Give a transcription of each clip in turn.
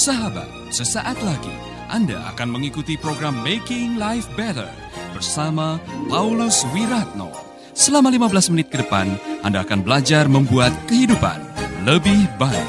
Sahabat, sesaat lagi Anda akan mengikuti program Making Life Better bersama Paulus Wiratno. Selama 15 menit ke depan, Anda akan belajar membuat kehidupan lebih baik.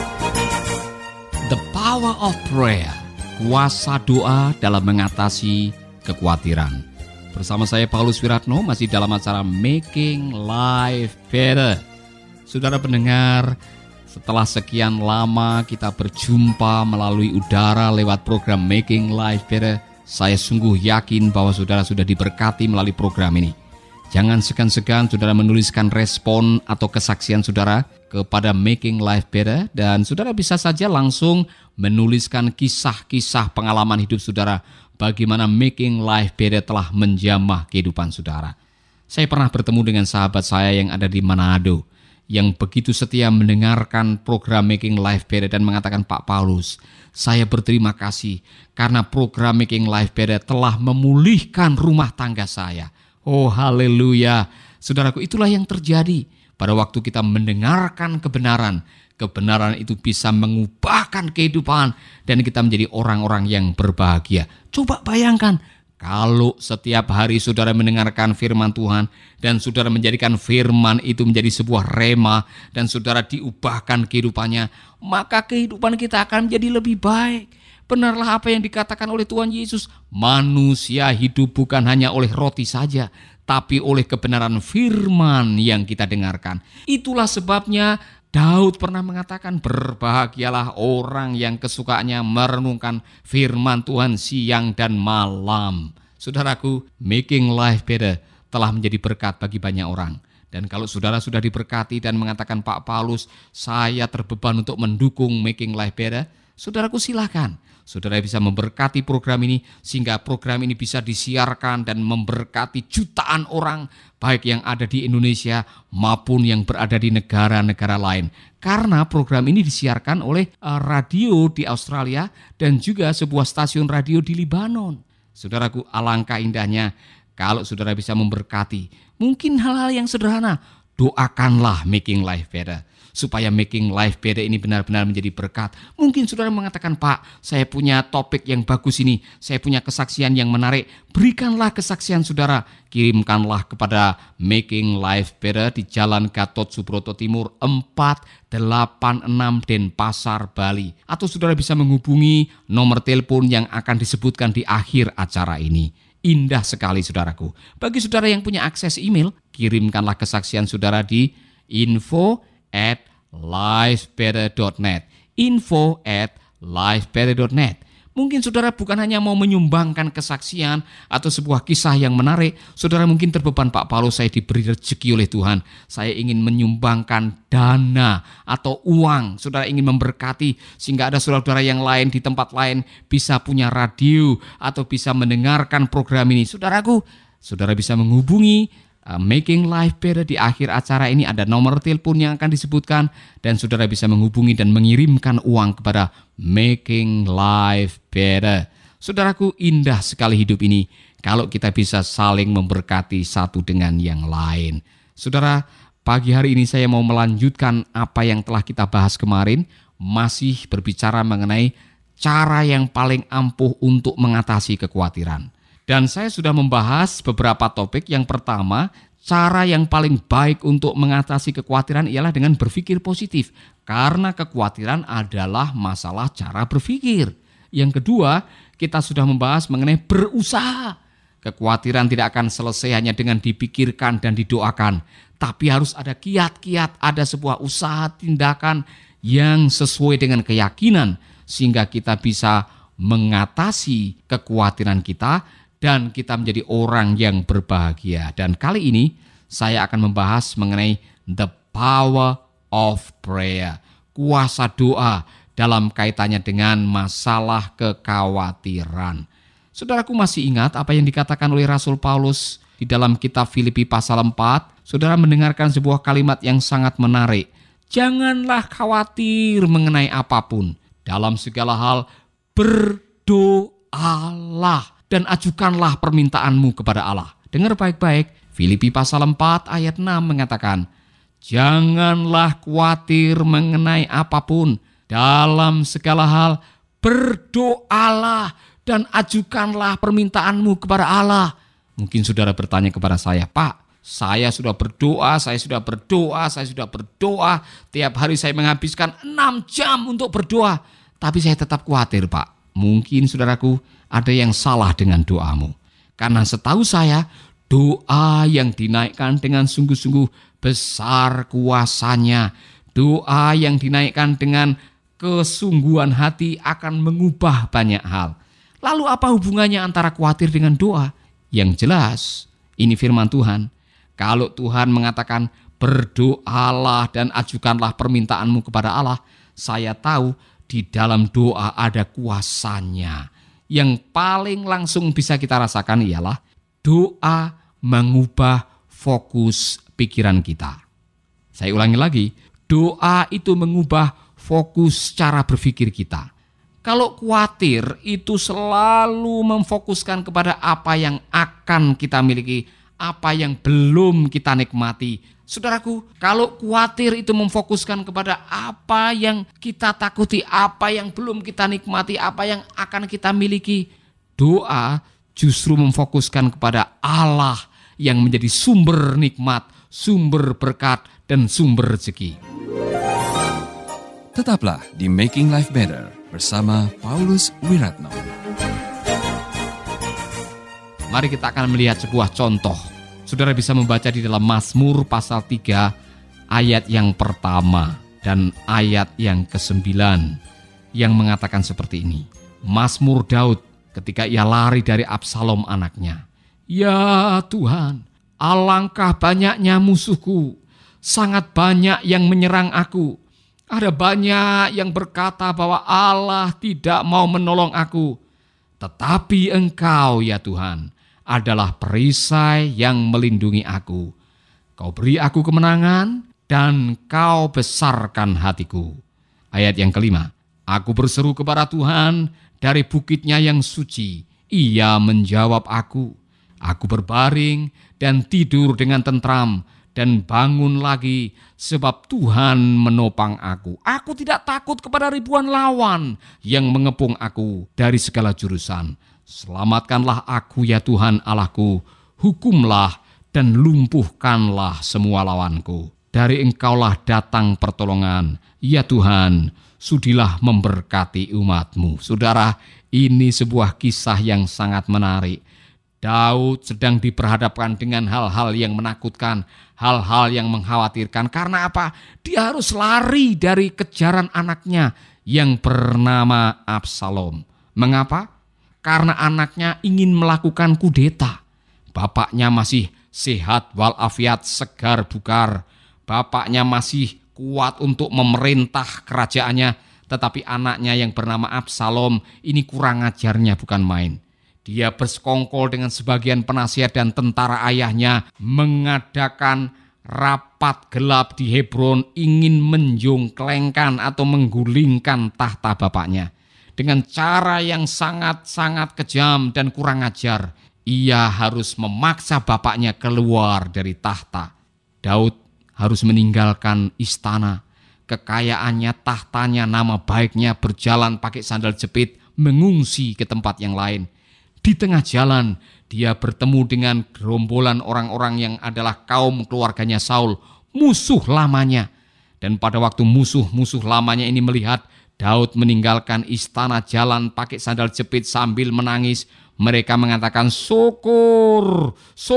The power of prayer, kuasa doa dalam mengatasi kekhawatiran. Bersama saya Paulus Wiratno masih dalam acara Making Life Better. Saudara pendengar, setelah sekian lama kita berjumpa melalui udara lewat program Making Life Better, saya sungguh yakin bahwa saudara sudah diberkati melalui program ini. Jangan segan-segan saudara menuliskan respon atau kesaksian saudara kepada Making Life Better, dan saudara bisa saja langsung menuliskan kisah-kisah pengalaman hidup saudara bagaimana Making Life Better telah menjamah kehidupan saudara. Saya pernah bertemu dengan sahabat saya yang ada di Manado, yang begitu setia mendengarkan program Making Life Better dan mengatakan, Pak Paulus, saya berterima kasih karena program Making Life Better telah memulihkan rumah tangga saya. Oh haleluya, saudaraku, itulah yang terjadi pada waktu kita mendengarkan kebenaran. Kebenaran itu bisa mengubahkan kehidupan dan kita menjadi orang-orang yang berbahagia. Coba bayangkan, kalau setiap hari saudara mendengarkan firman Tuhan dan saudara menjadikan firman itu menjadi sebuah rema dan saudara diubahkan kehidupannya, maka kehidupan kita akan menjadi lebih baik. Benarlah apa yang dikatakan oleh Tuhan Yesus, manusia hidup bukan hanya oleh roti saja, tapi oleh kebenaran firman yang kita dengarkan. Itulah sebabnya Daud pernah mengatakan, berbahagialah orang yang kesukaannya merenungkan firman Tuhan siang dan malam. Saudaraku, Making Life Better telah menjadi berkat bagi banyak orang. Dan kalau saudara sudah diberkati dan mengatakan, Pak Paulus, saya terbeban untuk mendukung Making Life Better, saudaraku silakan. Saudara bisa memberkati program ini sehingga program ini bisa disiarkan dan memberkati jutaan orang, baik yang ada di Indonesia maupun yang berada di negara-negara lain. Karena program ini disiarkan oleh radio di Australia dan juga sebuah stasiun radio di Libanon. Saudaraku, alangkah indahnya kalau saudara bisa memberkati. Mungkin hal-hal yang sederhana, doakanlah Making Life Better, supaya Making Life Better ini benar-benar menjadi berkat. Mungkin saudara mengatakan, Pak, saya punya topik yang bagus ini, saya punya kesaksian yang menarik. Berikanlah kesaksian saudara, kirimkanlah kepada Making Life Better di Jalan Gatot Subroto Timur 486 Denpasar, Bali. Atau saudara bisa menghubungi nomor telepon yang akan disebutkan di akhir acara ini. Indah sekali saudaraku. Bagi saudara yang punya akses email, kirimkanlah kesaksian saudara di info@lifebetter.net. info@lifebetter.net. Mungkin saudara bukan hanya mau menyumbangkan kesaksian atau sebuah kisah yang menarik. Saudara mungkin terbeban, Pak Paulus, saya diberi rezeki oleh Tuhan, saya ingin menyumbangkan dana atau uang. Saudara ingin memberkati sehingga ada saudara-saudara yang lain di tempat lain bisa punya radio atau bisa mendengarkan program ini. Saudaraku, saudara bisa menghubungi Making Life Better. Di akhir acara ini ada nomor telepon yang akan disebutkan dan saudara bisa menghubungi dan mengirimkan uang kepada Making Life Better. Saudaraku, indah sekali hidup ini kalau kita bisa saling memberkati satu dengan yang lain. Saudara, pagi hari ini saya mau melanjutkan apa yang telah kita bahas kemarin, masih berbicara mengenai cara yang paling ampuh untuk mengatasi kekhawatiran. Dan saya sudah membahas beberapa topik. Yang pertama, cara yang paling baik untuk mengatasi kekhawatiran ialah dengan berpikir positif. Karena kekhawatiran adalah masalah cara berpikir. Yang kedua, kita sudah membahas mengenai berusaha. Kekhawatiran tidak akan selesai hanya dengan dipikirkan dan didoakan. Tapi harus ada kiat-kiat, ada sebuah usaha, tindakan yang sesuai dengan keyakinan. Sehingga kita bisa mengatasi kekhawatiran kita dan kita menjadi orang yang berbahagia. Dan kali ini saya akan membahas mengenai the power of prayer, kuasa doa dalam kaitannya dengan masalah kekhawatiran. Saudaraku masih ingat apa yang dikatakan oleh Rasul Paulus di dalam kitab Filipi pasal 4? Saudara mendengarkan sebuah kalimat yang sangat menarik. Janganlah khawatir mengenai apapun. Dalam segala hal berdoalah dan ajukanlah permintaanmu kepada Allah. Dengar baik-baik, Filipi pasal 4 ayat 6 mengatakan, janganlah khawatir mengenai apapun, dalam segala hal Berdoalah dan ajukanlah permintaanmu kepada Allah. Mungkin saudara bertanya kepada saya, Pak, saya sudah berdoa. Tiap hari saya menghabiskan 6 jam untuk berdoa. Tapi saya tetap khawatir, Pak. Mungkin saudaraku ada yang salah dengan doamu. Karena setahu saya, doa yang dinaikkan dengan sungguh-sungguh besar kuasanya. Doa yang dinaikkan dengan kesungguhan hati akan mengubah banyak hal. Lalu apa hubungannya antara khawatir dengan doa? Yang jelas, ini firman Tuhan. Kalau Tuhan mengatakan berdoalah dan ajukanlah permintaanmu kepada Allah, saya tahu di dalam doa ada kuasanya. Yang paling langsung bisa kita rasakan ialah doa mengubah fokus pikiran kita. Saya ulangi lagi, doa itu mengubah fokus cara berpikir kita. Kalau khawatir itu selalu memfokuskan kepada apa yang akan kita miliki, apa yang belum kita nikmati. Saudaraku, kalau khawatir itu memfokuskan kepada apa yang kita takuti, apa yang belum kita nikmati, apa yang akan kita miliki, doa justru memfokuskan kepada Allah yang menjadi sumber nikmat, sumber berkat, dan sumber rezeki. Tetaplah di Making Life Better bersama Paulus Wiratno. Mari kita akan melihat sebuah contoh. Saudara bisa membaca di dalam Mazmur pasal 3 ayat yang pertama dan ayat yang ke-9 yang mengatakan seperti ini. Mazmur Daud ketika ia lari dari Absalom anaknya. Ya Tuhan, alangkah banyaknya musuhku, sangat banyak yang menyerang aku. Ada banyak yang berkata bahwa Allah tidak mau menolong aku. Tetapi Engkau ya Tuhan adalah perisai yang melindungi aku. Kau beri aku kemenangan dan Kau besarkan hatiku. Ayat yang kelima, aku berseru kepada Tuhan dari bukitnya yang suci. Ia menjawab aku. Aku berbaring dan tidur dengan tentram dan bangun lagi sebab Tuhan menopang aku. Aku tidak takut kepada ribuan lawan yang mengepung aku dari segala jurusan. Selamatkanlah aku ya Tuhan Allahku, hukumlah dan lumpuhkanlah semua lawanku. Dari Engkaulah datang pertolongan, ya Tuhan, sudilah memberkati umat-Mu. Saudara, ini sebuah kisah yang sangat menarik. Daud sedang diperhadapkan dengan hal-hal yang menakutkan, hal-hal yang mengkhawatirkan. Karena apa? Dia harus lari dari kejaran anaknya yang bernama Absalom. Mengapa? Karena anaknya ingin melakukan kudeta. Bapaknya masih sehat walafiat, segar bugar. Bapaknya masih kuat untuk memerintah kerajaannya. Tetapi anaknya yang bernama Absalom ini kurang ajarnya bukan main. Dia bersekongkol dengan sebagian penasihat dan tentara ayahnya, mengadakan rapat gelap di Hebron, ingin menjongklengkan atau menggulingkan tahta bapaknya. Dengan cara yang sangat-sangat kejam dan kurang ajar, ia harus memaksa bapaknya keluar dari tahta. Daud harus meninggalkan istana, kekayaannya, tahtanya, nama baiknya, berjalan pakai sandal jepit, mengungsi ke tempat yang lain. Di tengah jalan, dia bertemu dengan gerombolan orang-orang yang adalah kaum keluarganya Saul, musuh lamanya. Dan pada waktu musuh-musuh lamanya ini melihat Daud meninggalkan istana, jalan pakai sandal jepit sambil menangis, mereka mengatakan, syukur,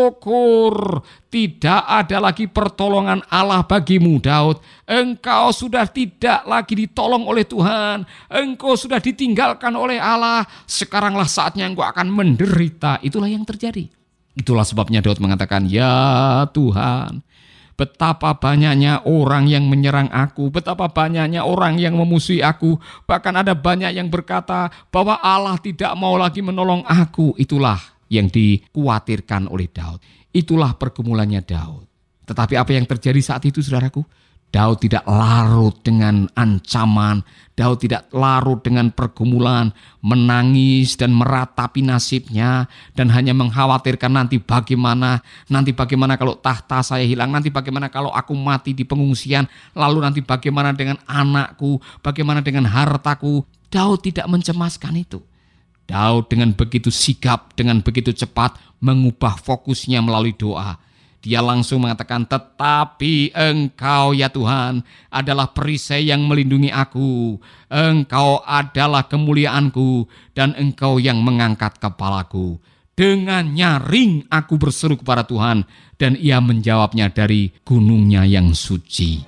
syukur, tidak ada lagi pertolongan Allah bagimu Daud. Engkau sudah tidak lagi ditolong oleh Tuhan, engkau sudah ditinggalkan oleh Allah, sekaranglah saatnya engkau akan menderita. Itulah yang terjadi. Itulah sebabnya Daud mengatakan, ya Tuhan, betapa banyaknya orang yang menyerang aku, betapa banyaknya orang yang memusuhi aku. Bahkan ada banyak yang berkata bahwa Allah tidak mau lagi menolong aku. Itulah yang dikhawatirkan oleh Daud. Itulah pergumulannya Daud. Tetapi apa yang terjadi saat itu, saudaraku? Daud tidak larut dengan ancaman, Daud tidak larut dengan pergumulan, menangis dan meratapi nasibnya, dan hanya mengkhawatirkan nanti bagaimana kalau tahta saya hilang, nanti bagaimana kalau aku mati di pengungsian, lalu nanti bagaimana dengan anakku, bagaimana dengan hartaku. Daud tidak mencemaskan itu. Daud dengan begitu sigap, dengan begitu cepat mengubah fokusnya melalui doa. Dia langsung mengatakan, tetapi Engkau ya Tuhan adalah perisai yang melindungi aku. Engkau adalah kemuliaanku dan Engkau yang mengangkat kepalaku. Dengan nyaring aku berseru kepada Tuhan dan Ia menjawabnya dari gunungnya yang suci.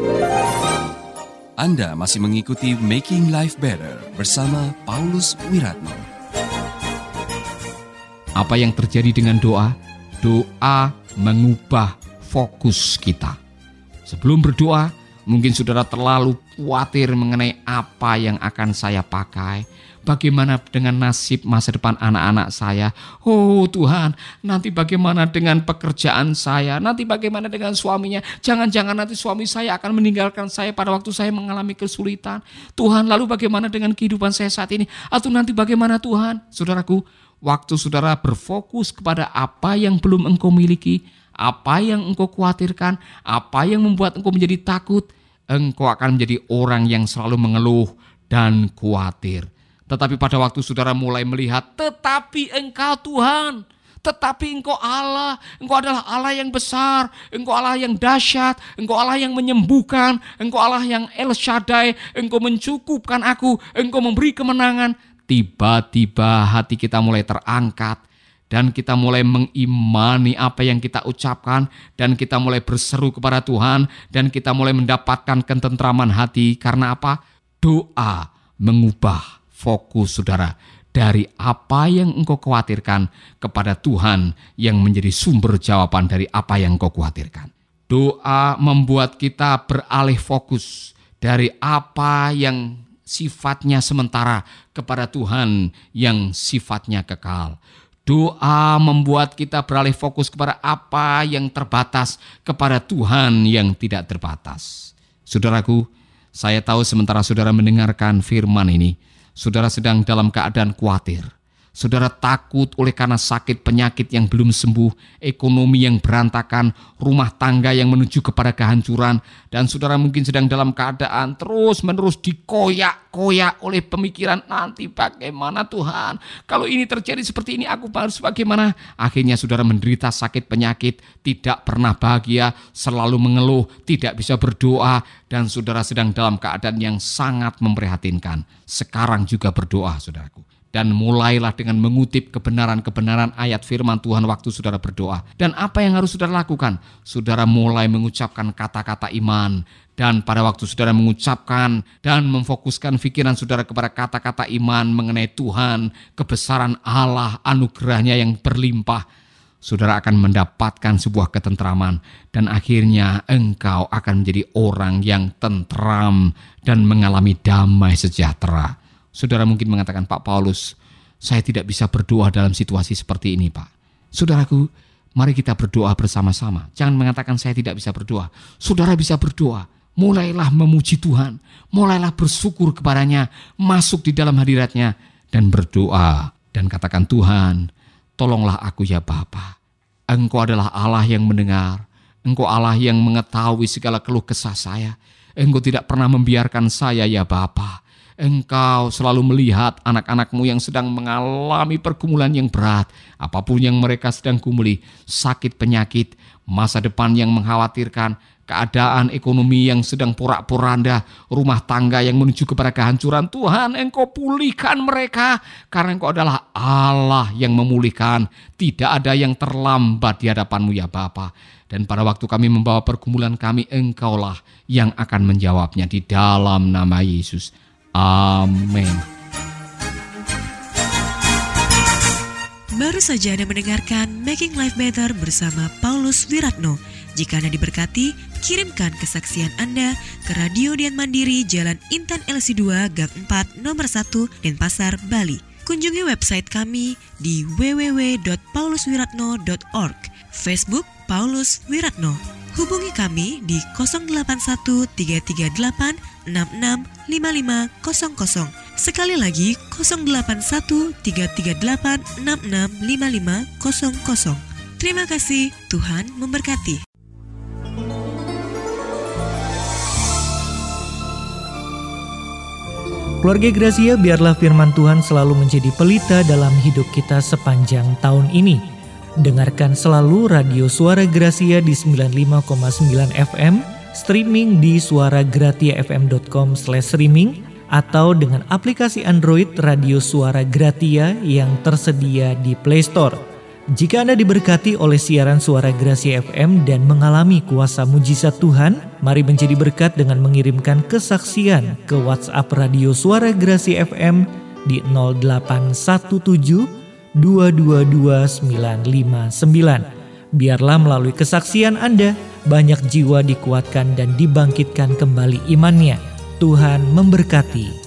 Anda masih mengikuti Making Life Better bersama Paulus Wiratno. Apa yang terjadi dengan doa? Doa mengubah fokus kita. Sebelum berdoa, mungkin saudara terlalu khawatir mengenai apa yang akan saya pakai. Bagaimana dengan nasib masa depan anak-anak saya? Oh Tuhan, nanti bagaimana dengan pekerjaan saya? Nanti bagaimana dengan suaminya? Jangan-jangan nanti suami saya akan meninggalkan saya pada waktu saya mengalami kesulitan. Tuhan, lalu bagaimana dengan kehidupan saya saat ini? Atau nanti bagaimana Tuhan? Saudaraku, waktu saudara berfokus kepada apa yang belum engkau miliki, apa yang engkau khawatirkan, apa yang membuat engkau menjadi takut, engkau akan menjadi orang yang selalu mengeluh dan khawatir. Tetapi pada waktu saudara mulai melihat, tetapi Engkau Tuhan, tetapi Engkau Allah, Engkau adalah Allah yang besar, Engkau Allah yang dahsyat, Engkau Allah yang menyembuhkan, Engkau Allah yang El Shaddai, Engkau mencukupkan aku, Engkau memberi kemenangan. Tiba-tiba hati kita mulai terangkat dan kita mulai mengimani apa yang kita ucapkan dan kita mulai berseru kepada Tuhan dan kita mulai mendapatkan ketentraman hati. Karena apa? Doa mengubah fokus saudara dari apa yang engkau khawatirkan kepada Tuhan yang menjadi sumber jawaban dari apa yang engkau khawatirkan. Doa membuat kita beralih fokus dari apa yang sifatnya sementara kepada Tuhan yang sifatnya kekal. Doa membuat kita beralih fokus kepada apa yang terbatas kepada Tuhan yang tidak terbatas. Saudaraku, saya tahu sementara saudara mendengarkan firman ini, saudara sedang dalam keadaan khawatir. Saudara takut oleh karena sakit penyakit yang belum sembuh, ekonomi yang berantakan, rumah tangga yang menuju kepada kehancuran, dan saudara mungkin sedang dalam keadaan terus-menerus dikoyak-koyak oleh pemikiran, nanti bagaimana Tuhan? Kalau ini terjadi seperti ini, aku harus bagaimana? Akhirnya saudara menderita sakit penyakit, tidak pernah bahagia, selalu mengeluh, tidak bisa berdoa, dan saudara sedang dalam keadaan yang sangat memprihatinkan. Sekarang juga berdoa, saudaraku. Dan mulailah dengan mengutip kebenaran-kebenaran ayat firman Tuhan waktu saudara berdoa. Dan apa yang harus saudara lakukan? Saudara mulai mengucapkan kata-kata iman. Dan pada waktu saudara mengucapkan dan memfokuskan pikiran saudara kepada kata-kata iman mengenai Tuhan, kebesaran Allah, anugerahnya yang berlimpah, saudara akan mendapatkan sebuah ketentraman. Dan akhirnya engkau akan menjadi orang yang tentram dan mengalami damai sejahtera. Saudara mungkin mengatakan, Pak Paulus, saya tidak bisa berdoa dalam situasi seperti ini, Pak. Saudaraku, mari kita berdoa bersama-sama. Jangan mengatakan saya tidak bisa berdoa. Saudara bisa berdoa. Mulailah memuji Tuhan. Mulailah bersyukur kepadanya. Masuk di dalam hadiratnya. Dan berdoa. Dan katakan, Tuhan, tolonglah aku ya Bapa. Engkau adalah Allah yang mendengar. Engkau Allah yang mengetahui segala keluh kesah saya. Engkau tidak pernah membiarkan saya ya Bapa. Engkau selalu melihat anak-anak-Mu yang sedang mengalami pergumulan yang berat. Apapun yang mereka sedang gumuli, sakit penyakit, masa depan yang mengkhawatirkan, keadaan ekonomi yang sedang porak-poranda, rumah tangga yang menuju kepada kehancuran. Tuhan, Engkau pulihkan mereka, karena Engkau adalah Allah yang memulihkan. Tidak ada yang terlambat di hadapan-Mu ya Bapa. Dan pada waktu kami membawa pergumulan kami, Engkaulah yang akan menjawabnya di dalam nama Yesus. Amin. Baru saja Anda mendengarkan Making Life Better bersama Paulus Wiratno. Jika Anda diberkati, kirimkan kesaksian Anda ke Radio Dian Mandiri, Jalan Intan LC2, Gang 4, Nomor 1, Denpasar, Bali. Kunjungi website kami di www.pauluswiratno.org, Facebook Paulus Wiratno. Hubungi kami di 081 338 665500. Sekali lagi 081 338 665500. Terima kasih, Tuhan memberkati. Keluarga Gracia, biarlah firman Tuhan selalu menjadi pelita dalam hidup kita sepanjang tahun ini. Dengarkan selalu radio Suara Gracia di 95,9 FM, streaming di suaragratiafm.com/streaming, atau dengan aplikasi Android Radio Suara Gratia yang tersedia di Play Store. Jika Anda diberkati oleh siaran Suara Gracia FM dan mengalami kuasa mujizat Tuhan, mari menjadi berkat dengan mengirimkan kesaksian ke WhatsApp Radio Suara Gracia FM di 0817 222 959. Biarlah melalui kesaksian Anda, banyak jiwa dikuatkan dan dibangkitkan kembali imannya. Tuhan memberkati.